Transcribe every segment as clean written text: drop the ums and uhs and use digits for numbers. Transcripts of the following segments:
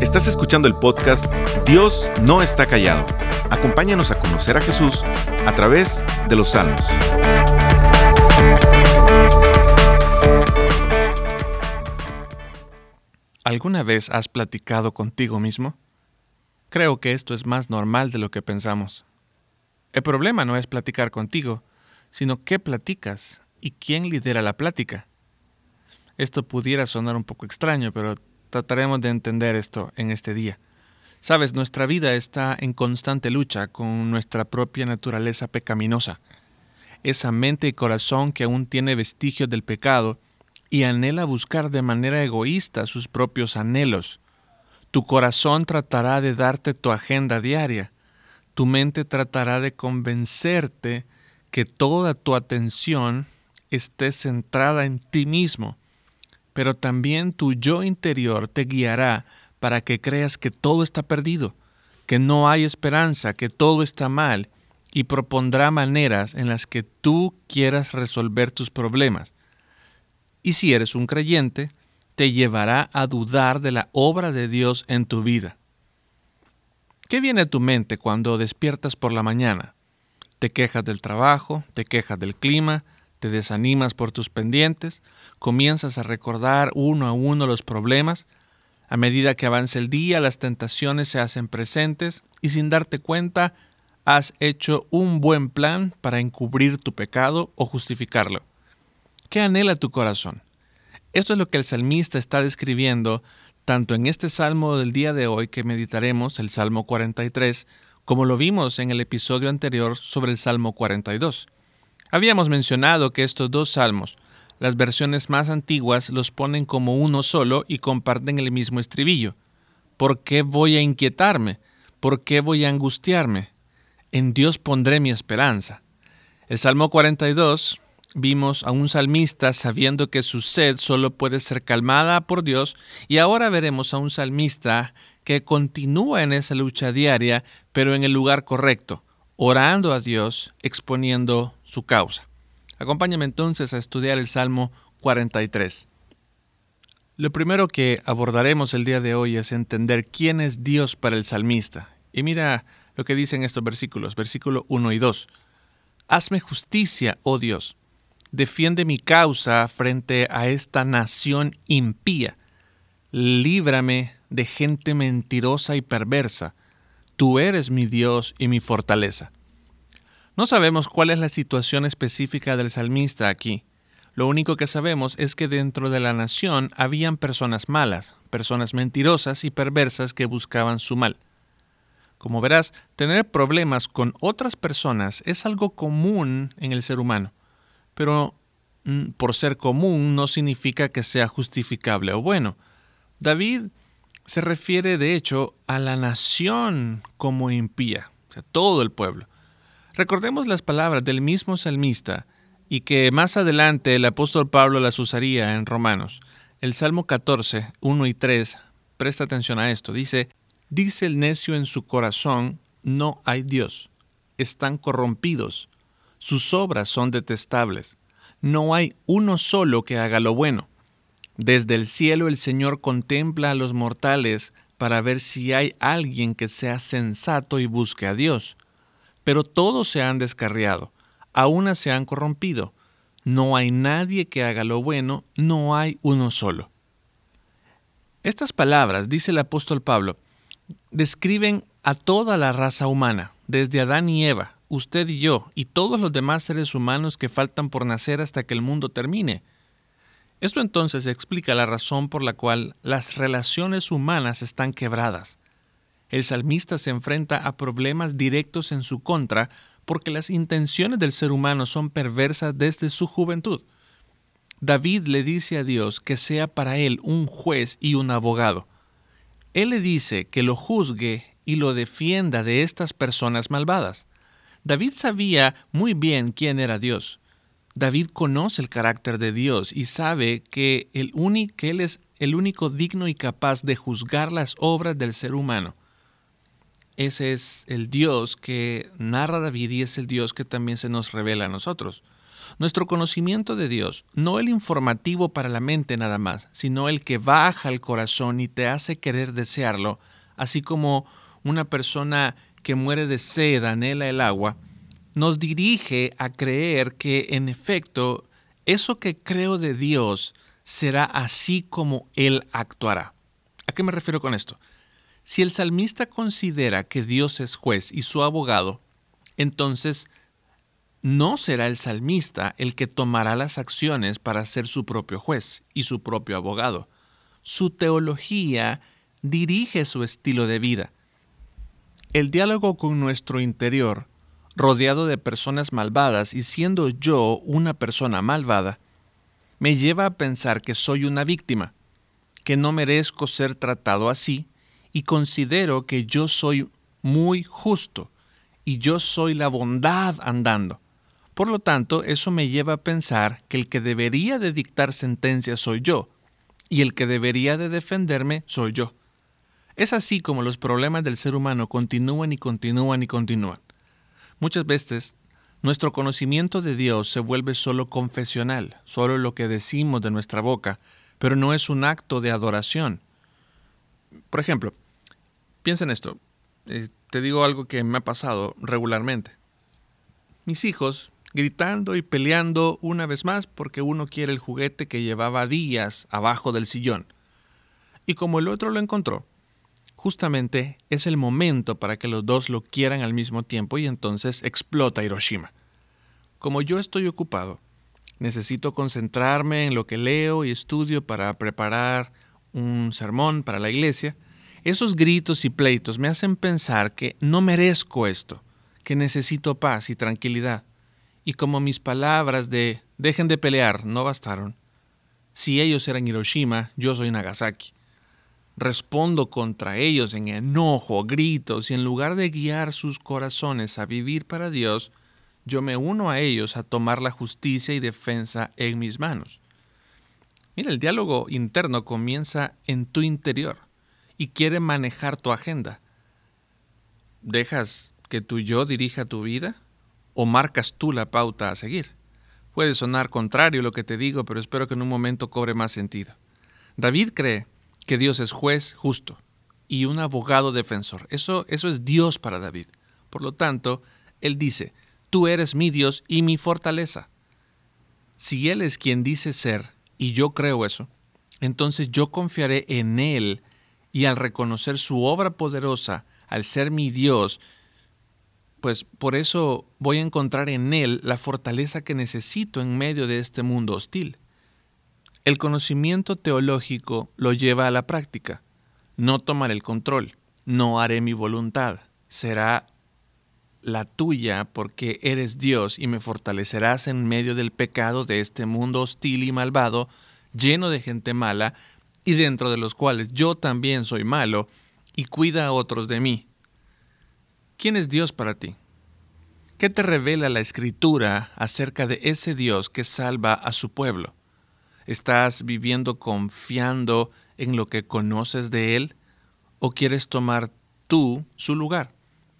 Estás escuchando el podcast Dios no está callado. Acompáñanos a conocer a Jesús a través de los Salmos. ¿Alguna vez has platicado contigo mismo? Creo que esto es más normal de lo que pensamos. El problema no es platicar contigo, sino qué platicas y quién lidera la plática. Esto pudiera sonar un poco extraño, pero trataremos de entender esto en este día. Sabes, nuestra vida está en constante lucha con nuestra propia naturaleza pecaminosa. Esa mente y corazón que aún tiene vestigios del pecado y anhela buscar de manera egoísta sus propios anhelos. Tu corazón tratará de darte tu agenda diaria. Tu mente tratará de convencerte que toda tu atención esté centrada en ti mismo. Pero también tu yo interior te guiará para que creas que todo está perdido, que no hay esperanza, que todo está mal, y propondrá maneras en las que tú quieras resolver tus problemas. Y si eres un creyente, te llevará a dudar de la obra de Dios en tu vida. ¿Qué viene a tu mente cuando despiertas por la mañana? ¿Te quejas del trabajo? ¿Te quejas del clima? ¿Te desanimas por tus pendientes? ¿Comienzas a recordar uno a uno los problemas? A medida que avanza el día, las tentaciones se hacen presentes y sin darte cuenta, has hecho un buen plan para encubrir tu pecado o justificarlo. ¿Qué anhela tu corazón? Esto es lo que el salmista está describiendo tanto en este salmo del día de hoy que meditaremos, el Salmo 43, como lo vimos en el episodio anterior sobre el Salmo 42. Habíamos mencionado que estos dos salmos, las versiones más antiguas los ponen como uno solo y comparten el mismo estribillo. ¿Por qué voy a inquietarme? ¿Por qué voy a angustiarme? En Dios pondré mi esperanza. El Salmo 42, vimos a un salmista sabiendo que su sed solo puede ser calmada por Dios, y ahora veremos a un salmista que continúa en esa lucha diaria, pero en el lugar correcto, orando a Dios, exponiendo su causa. Acompáñame entonces a estudiar el Salmo 43. Lo primero que abordaremos el día de hoy es entender quién es Dios para el salmista. Y mira lo que dicen estos versículos, versículo 1 y 2. Hazme justicia, oh Dios. Defiende mi causa frente a esta nación impía. Líbrame de gente mentirosa y perversa. Tú eres mi Dios y mi fortaleza. No sabemos cuál es la situación específica del salmista aquí. Lo único que sabemos es que dentro de la nación habían personas malas, personas mentirosas y perversas que buscaban su mal. Como verás, tener problemas con otras personas es algo común en el ser humano, pero por ser común no significa que sea justificable o bueno. David se refiere de hecho a la nación como impía, o sea, todo el pueblo. Recordemos las palabras del mismo salmista y que más adelante el apóstol Pablo las usaría en Romanos. El Salmo 14, 1 y 3, presta atención a esto, dice el necio en su corazón, no hay Dios, están corrompidos, sus obras son detestables, no hay uno solo que haga lo bueno. Desde el cielo el Señor contempla a los mortales para ver si hay alguien que sea sensato y busque a Dios. Pero todos se han descarriado, a una se han corrompido. No hay nadie que haga lo bueno, no hay uno solo. Estas palabras, dice el apóstol Pablo, describen a toda la raza humana, desde Adán y Eva, usted y yo, y todos los demás seres humanos que faltan por nacer hasta que el mundo termine. Esto entonces explica la razón por la cual las relaciones humanas están quebradas. El salmista se enfrenta a problemas directos en su contra porque las intenciones del ser humano son perversas desde su juventud. David le dice a Dios que sea para él un juez y un abogado. Él le dice que lo juzgue y lo defienda de estas personas malvadas. David sabía muy bien quién era Dios. David conoce el carácter de Dios y sabe que Él es el único digno y capaz de juzgar las obras del ser humano. Ese es el Dios que narra David y es el Dios que también se nos revela a nosotros. Nuestro conocimiento de Dios, no el informativo para la mente nada más, sino el que baja al corazón y te hace querer desearlo, así como una persona que muere de sed anhela el agua, nos dirige a creer que, en efecto, eso que creo de Dios será así como Él actuará. ¿A qué me refiero con esto? Si el salmista considera que Dios es juez y su abogado, entonces no será el salmista el que tomará las acciones para ser su propio juez y su propio abogado. Su teología dirige su estilo de vida. El diálogo con nuestro interior, rodeado de personas malvadas y siendo yo una persona malvada, me lleva a pensar que soy una víctima, que no merezco ser tratado así y considero que yo soy muy justo y yo soy la bondad andando. Por lo tanto, eso me lleva a pensar que el que debería de dictar sentencias soy yo y el que debería de defenderme soy yo. Es así como los problemas del ser humano continúan y continúan y continúan. Muchas veces, nuestro conocimiento de Dios se vuelve solo confesional, solo lo que decimos de nuestra boca, pero no es un acto de adoración. Por ejemplo, piensa en esto. Te digo algo que me ha pasado regularmente. Mis hijos gritando y peleando una vez más porque uno quiere el juguete que llevaba días abajo del sillón. Y como el otro lo encontró, justamente es el momento para que los dos lo quieran al mismo tiempo y entonces explota Hiroshima. Como yo estoy ocupado, necesito concentrarme en lo que leo y estudio para preparar un sermón para la iglesia. Esos gritos y pleitos me hacen pensar que no merezco esto, que necesito paz y tranquilidad. Y como mis palabras de dejen de pelear no bastaron, si ellos eran Hiroshima, yo soy Nagasaki. Respondo contra ellos en enojo, gritos, y en lugar de guiar sus corazones a vivir para Dios, yo me uno a ellos a tomar la justicia y defensa en mis manos. Mira, el diálogo interno comienza en tu interior y quiere manejar tu agenda. ¿Dejas que tu yo dirija tu vida o marcas tú la pauta a seguir? Puede sonar contrario lo que te digo, pero espero que en un momento cobre más sentido. David cree que Dios es juez justo y un abogado defensor. Eso es Dios para David. Por lo tanto, él dice, tú eres mi Dios y mi fortaleza. Si Él es quien dice ser, y yo creo eso, entonces yo confiaré en Él y al reconocer su obra poderosa, al ser mi Dios, pues por eso voy a encontrar en Él la fortaleza que necesito en medio de este mundo hostil. El conocimiento teológico lo lleva a la práctica. No tomaré el control, no haré mi voluntad, será la tuya porque eres Dios y me fortalecerás en medio del pecado de este mundo hostil y malvado, lleno de gente mala y dentro de los cuales yo también soy malo y cuida a otros de mí. ¿Quién es Dios para ti? ¿Qué te revela la Escritura acerca de ese Dios que salva a su pueblo? ¿Estás viviendo confiando en lo que conoces de Él o quieres tomar tú su lugar?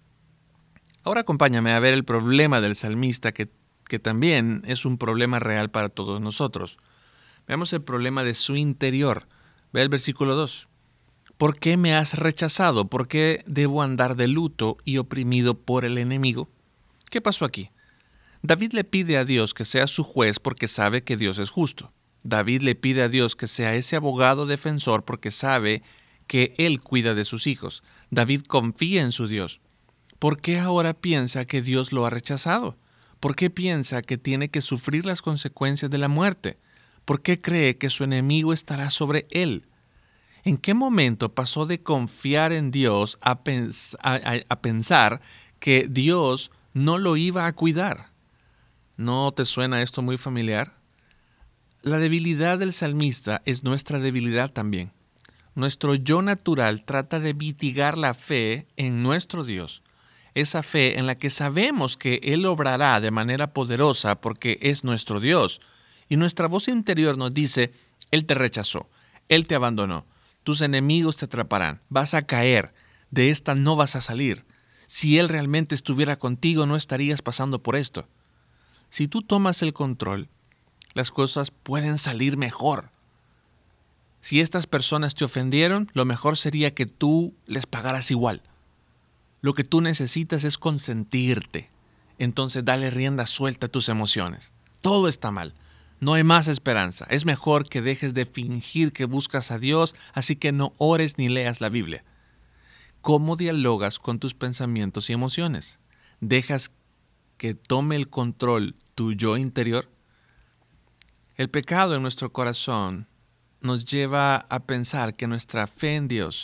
Ahora acompáñame a ver el problema del salmista que también es un problema real para todos nosotros. Veamos el problema de su interior. Ve el versículo 2. ¿Por qué me has rechazado? ¿Por qué debo andar de luto y oprimido por el enemigo? ¿Qué pasó aquí? David le pide a Dios que sea su juez porque sabe que Dios es justo. David le pide a Dios que sea ese abogado defensor porque sabe que Él cuida de sus hijos. David confía en su Dios. ¿Por qué ahora piensa que Dios lo ha rechazado? ¿Por qué piensa que tiene que sufrir las consecuencias de la muerte? ¿Por qué cree que su enemigo estará sobre él? ¿En qué momento pasó de confiar en Dios a pensar que Dios no lo iba a cuidar? ¿No te suena esto muy familiar? La debilidad del salmista es nuestra debilidad también. Nuestro yo natural trata de mitigar la fe en nuestro Dios. Esa fe en la que sabemos que Él obrará de manera poderosa porque es nuestro Dios. Y nuestra voz interior nos dice, Él te rechazó, Él te abandonó, tus enemigos te atraparán, vas a caer, de esta no vas a salir. Si Él realmente estuviera contigo, no estarías pasando por esto. Si tú tomas el control, las cosas pueden salir mejor. Si estas personas te ofendieron, lo mejor sería que tú les pagaras igual. Lo que tú necesitas es consentirte. Entonces dale rienda suelta a tus emociones. Todo está mal. No hay más esperanza. Es mejor que dejes de fingir que buscas a Dios, así que no ores ni leas la Biblia. ¿Cómo dialogas con tus pensamientos y emociones? ¿Dejas que tome el control tu yo interior? El pecado en nuestro corazón nos lleva a pensar que nuestra fe en Dios,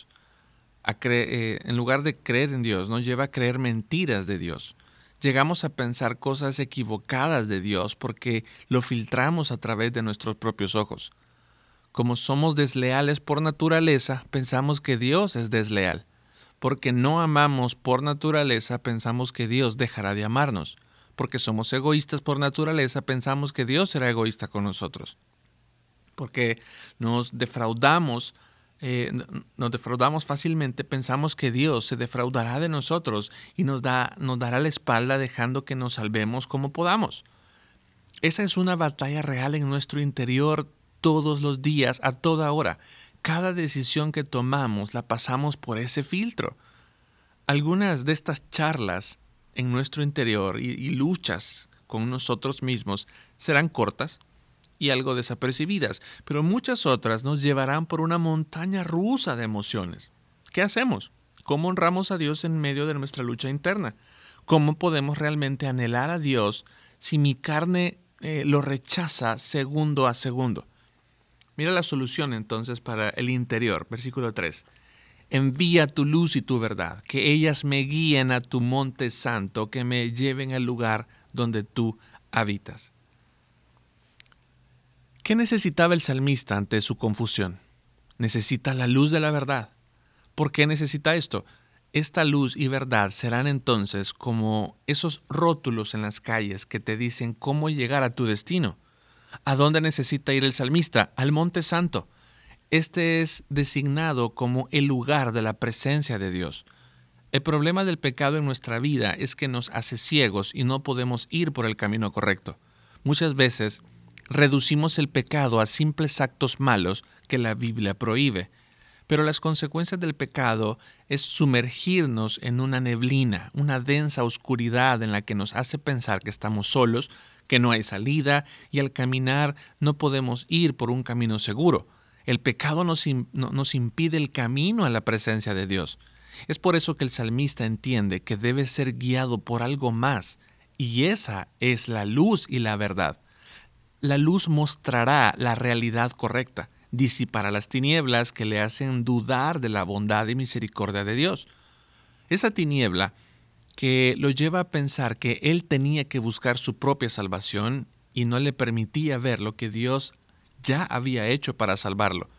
en lugar de creer en Dios, nos lleva a creer mentiras de Dios. Llegamos a pensar cosas equivocadas de Dios porque lo filtramos a través de nuestros propios ojos. Como somos desleales por naturaleza, pensamos que Dios es desleal. Porque no amamos por naturaleza, pensamos que Dios dejará de amarnos. Porque somos egoístas por naturaleza, pensamos que Dios será egoísta con nosotros. Porque nos defraudamos fácilmente, pensamos que Dios se defraudará de nosotros y nos dará la espalda dejando que nos salvemos como podamos. Esa es una batalla real en nuestro interior todos los días, a toda hora. Cada decisión que tomamos la pasamos por ese filtro. Algunas de estas charlas en nuestro interior y luchas con nosotros mismos serán cortas y algo desapercibidas, pero muchas otras nos llevarán por una montaña rusa de emociones. ¿Qué hacemos? ¿Cómo honramos a Dios en medio de nuestra lucha interna? ¿Cómo podemos realmente anhelar a Dios si mi carne lo rechaza segundo a segundo? Mira la solución entonces para el interior, versículo 3. Envía tu luz y tu verdad, que ellas me guíen a tu monte santo, que me lleven al lugar donde tú habitas. ¿Qué necesitaba el salmista ante su confusión? Necesita la luz de la verdad. ¿Por qué necesita esto? Esta luz y verdad serán entonces como esos rótulos en las calles que te dicen cómo llegar a tu destino. ¿A dónde necesita ir el salmista? Al Monte Santo. Este es designado como el lugar de la presencia de Dios. El problema del pecado en nuestra vida es que nos hace ciegos y no podemos ir por el camino correcto. Muchas veces reducimos el pecado a simples actos malos que la Biblia prohíbe, pero las consecuencias del pecado es sumergirnos en una neblina, una densa oscuridad en la que nos hace pensar que estamos solos, que no hay salida y al caminar no podemos ir por un camino seguro. El pecado nos impide el camino a la presencia de Dios. Es por eso que el salmista entiende que debe ser guiado por algo más, y esa es la luz y la verdad. La luz mostrará la realidad correcta, disipará las tinieblas que le hacen dudar de la bondad y misericordia de Dios. Esa tiniebla que lo lleva a pensar que él tenía que buscar su propia salvación y no le permitía ver lo que Dios ya había hecho para salvarlo.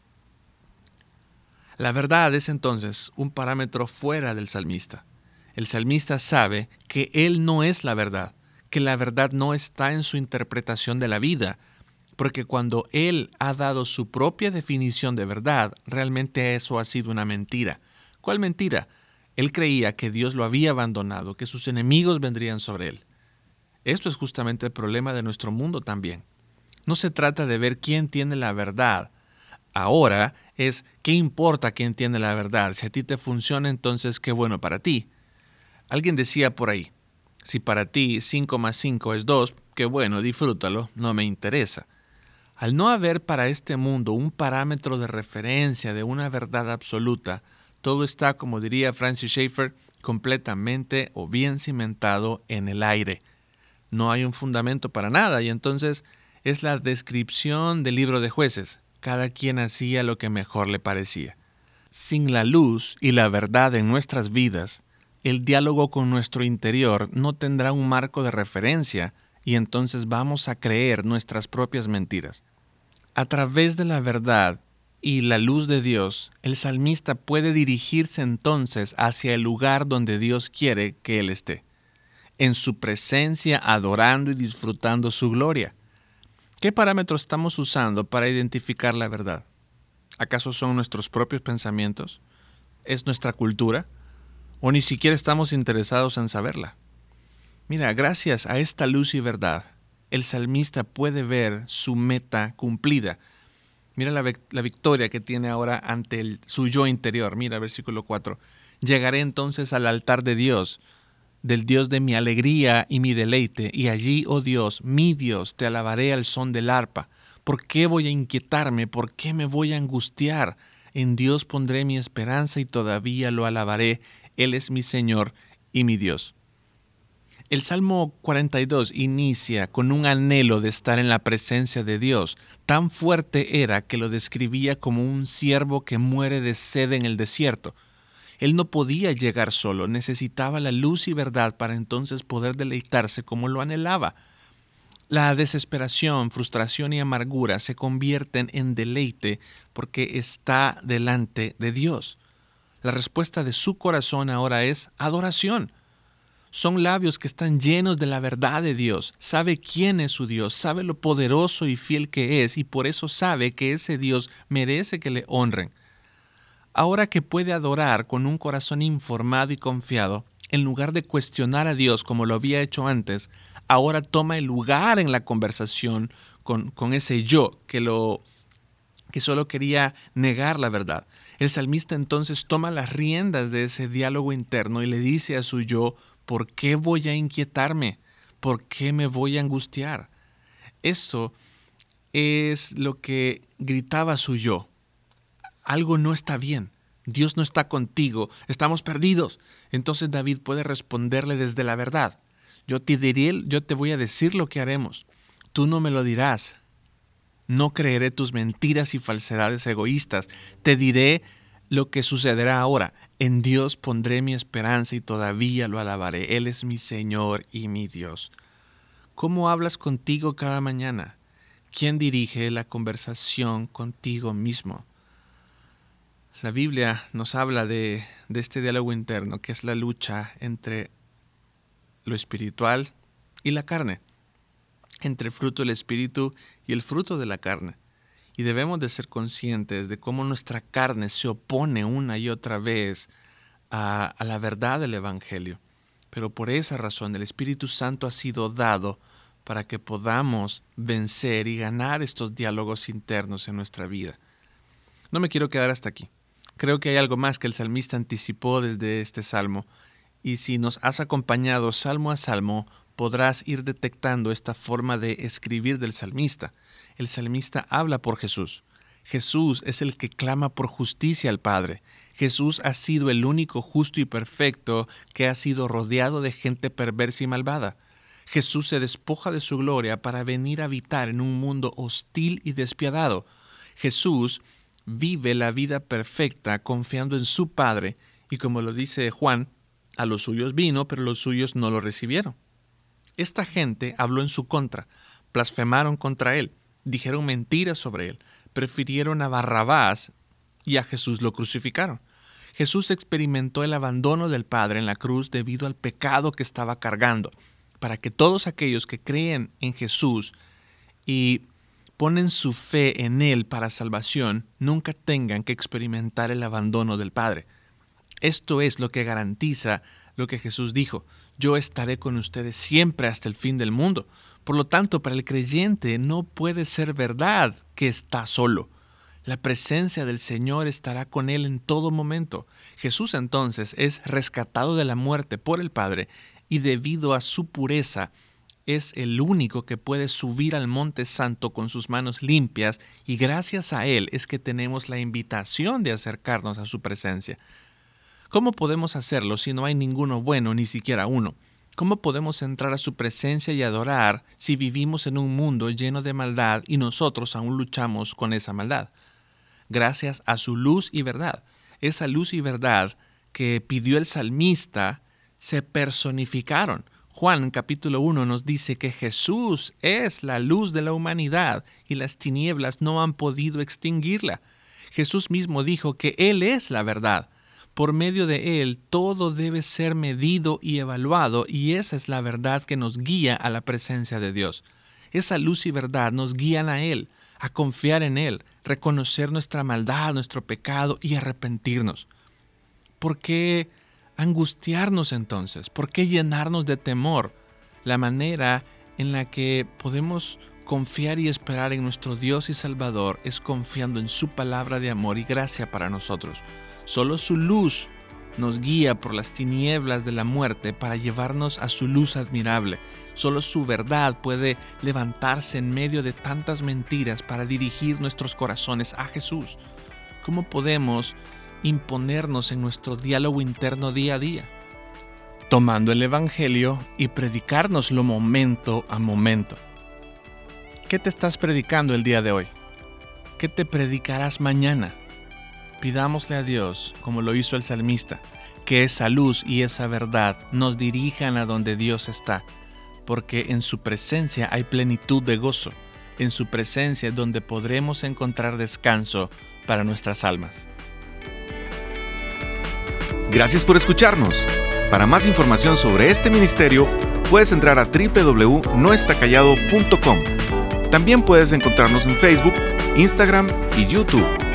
La verdad es entonces un parámetro fuera del salmista. El salmista sabe que él no es la verdad, que la verdad no está en su interpretación de la vida, porque cuando él ha dado su propia definición de verdad, realmente eso ha sido una mentira. ¿Cuál mentira? Él creía que Dios lo había abandonado, que sus enemigos vendrían sobre él. Esto es justamente el problema de nuestro mundo también. No se trata de ver quién tiene la verdad. Ahora es qué importa quién tiene la verdad. Si a ti te funciona, entonces qué bueno para ti. Alguien decía por ahí, si para ti 5 más 5 es 2, qué bueno, disfrútalo, no me interesa. Al no haber para este mundo un parámetro de referencia de una verdad absoluta, todo está, como diría Francis Schaeffer, completamente o bien cimentado en el aire. No hay un fundamento para nada y entonces es la descripción del libro de Jueces. Cada quien hacía lo que mejor le parecía. Sin la luz y la verdad en nuestras vidas, el diálogo con nuestro interior no tendrá un marco de referencia y entonces vamos a creer nuestras propias mentiras. A través de la verdad y la luz de Dios, el salmista puede dirigirse entonces hacia el lugar donde Dios quiere que él esté, en su presencia adorando y disfrutando su gloria. ¿Qué parámetros estamos usando para identificar la verdad? ¿Acaso son nuestros propios pensamientos? ¿Es nuestra cultura? ¿O ni siquiera estamos interesados en saberla? Mira, gracias a esta luz y verdad, el salmista puede ver su meta cumplida. Mira la victoria que tiene ahora ante su yo interior. Mira, versículo 4. Llegaré entonces al altar de Dios, del Dios de mi alegría y mi deleite, y allí, oh Dios, mi Dios, te alabaré al son del arpa. ¿Por qué voy a inquietarme? ¿Por qué me voy a angustiar? En Dios pondré mi esperanza y todavía lo alabaré. Él es mi Señor y mi Dios. El Salmo 42 inicia con un anhelo de estar en la presencia de Dios. Tan fuerte era que lo describía como un siervo que muere de sed en el desierto. Él no podía llegar solo, necesitaba la luz y verdad para entonces poder deleitarse como lo anhelaba. La desesperación, frustración y amargura se convierten en deleite porque está delante de Dios. La respuesta de su corazón ahora es adoración. Son labios que están llenos de la verdad de Dios. Sabe quién es su Dios, sabe lo poderoso y fiel que es, y por eso sabe que ese Dios merece que le honren. Ahora que puede adorar con un corazón informado y confiado, en lugar de cuestionar a Dios como lo había hecho antes, ahora toma el lugar en la conversación con ese yo que solo quería negar la verdad. El salmista entonces toma las riendas de ese diálogo interno y le dice a su yo: ¿por qué voy a inquietarme? ¿Por qué me voy a angustiar? Eso es lo que gritaba su yo. Algo no está bien. Dios no está contigo. Estamos perdidos. Entonces David puede responderle desde la verdad. Yo te voy a decir lo que haremos. Tú no me lo dirás. No creeré tus mentiras y falsedades egoístas. Te diré lo que sucederá ahora. En Dios pondré mi esperanza y todavía lo alabaré. Él es mi Señor y mi Dios. ¿Cómo hablas contigo cada mañana? ¿Quién dirige la conversación contigo mismo? La Biblia nos habla de este diálogo interno, que es la lucha entre lo espiritual y la carne, entre el fruto del espíritu y el fruto de la carne. Y debemos de ser conscientes de cómo nuestra carne se opone una y otra vez a la verdad del Evangelio. Pero por esa razón el Espíritu Santo ha sido dado para que podamos vencer y ganar estos diálogos internos en nuestra vida. No me quiero quedar hasta aquí. Creo que hay algo más que el salmista anticipó desde este salmo. Y si nos has acompañado salmo a salmo, podrás ir detectando esta forma de escribir del salmista. El salmista habla por Jesús. Jesús es el que clama por justicia al Padre. Jesús ha sido el único justo y perfecto que ha sido rodeado de gente perversa y malvada. Jesús se despoja de su gloria para venir a habitar en un mundo hostil y despiadado. Jesús vive la vida perfecta confiando en su Padre, y como lo dice Juan, a los suyos vino, pero los suyos no lo recibieron. Esta gente habló en su contra, blasfemaron contra él, dijeron mentiras sobre él, prefirieron a Barrabás y a Jesús lo crucificaron. Jesús experimentó el abandono del Padre en la cruz debido al pecado que estaba cargando, para que todos aquellos que creen en Jesús y ponen su fe en Él para salvación, nunca tengan que experimentar el abandono del Padre. Esto es lo que garantiza lo que Jesús dijo: yo estaré con ustedes siempre hasta el fin del mundo. Por lo tanto, para el creyente no puede ser verdad que está solo. La presencia del Señor estará con él en todo momento. Jesús entonces es rescatado de la muerte por el Padre y debido a su pureza, es el único que puede subir al Monte Santo con sus manos limpias, y gracias a Él es que tenemos la invitación de acercarnos a su presencia. ¿Cómo podemos hacerlo si no hay ninguno bueno, ni siquiera uno? ¿Cómo podemos entrar a su presencia y adorar si vivimos en un mundo lleno de maldad y nosotros aún luchamos con esa maldad? Gracias a su luz y verdad. Esa luz y verdad que pidió el salmista se personificaron. Juan capítulo 1 nos dice que Jesús es la luz de la humanidad y las tinieblas no han podido extinguirla. Jesús mismo dijo que Él es la verdad. Por medio de Él todo debe ser medido y evaluado, y esa es la verdad que nos guía a la presencia de Dios. Esa luz y verdad nos guían a Él, a confiar en Él, reconocer nuestra maldad, nuestro pecado y arrepentirnos. ¿Por qué angustiarnos entonces? ¿Por qué llenarnos de temor? la manera en la que podemos confiar y esperar en nuestro Dios y Salvador es confiando en su palabra de amor y gracia para nosotros. Solo su luz nos guía por las tinieblas de la muerte para llevarnos a su luz admirable. Solo su verdad puede levantarse en medio de tantas mentiras para dirigir nuestros corazones a Jesús. ¿Cómo podemos imponernos en nuestro diálogo interno día a día? Tomando el Evangelio y predicárnoslo momento a momento. ¿Qué te estás predicando el día de hoy? ¿Qué te predicarás mañana? Pidámosle a Dios, como lo hizo el salmista, que esa luz y esa verdad nos dirijan a donde Dios está, porque en su presencia hay plenitud de gozo, en su presencia es donde podremos encontrar descanso para nuestras almas. Gracias por escucharnos. Para más información sobre este ministerio, puedes entrar a www.noestacallado.com. También puedes encontrarnos en Facebook, Instagram y YouTube.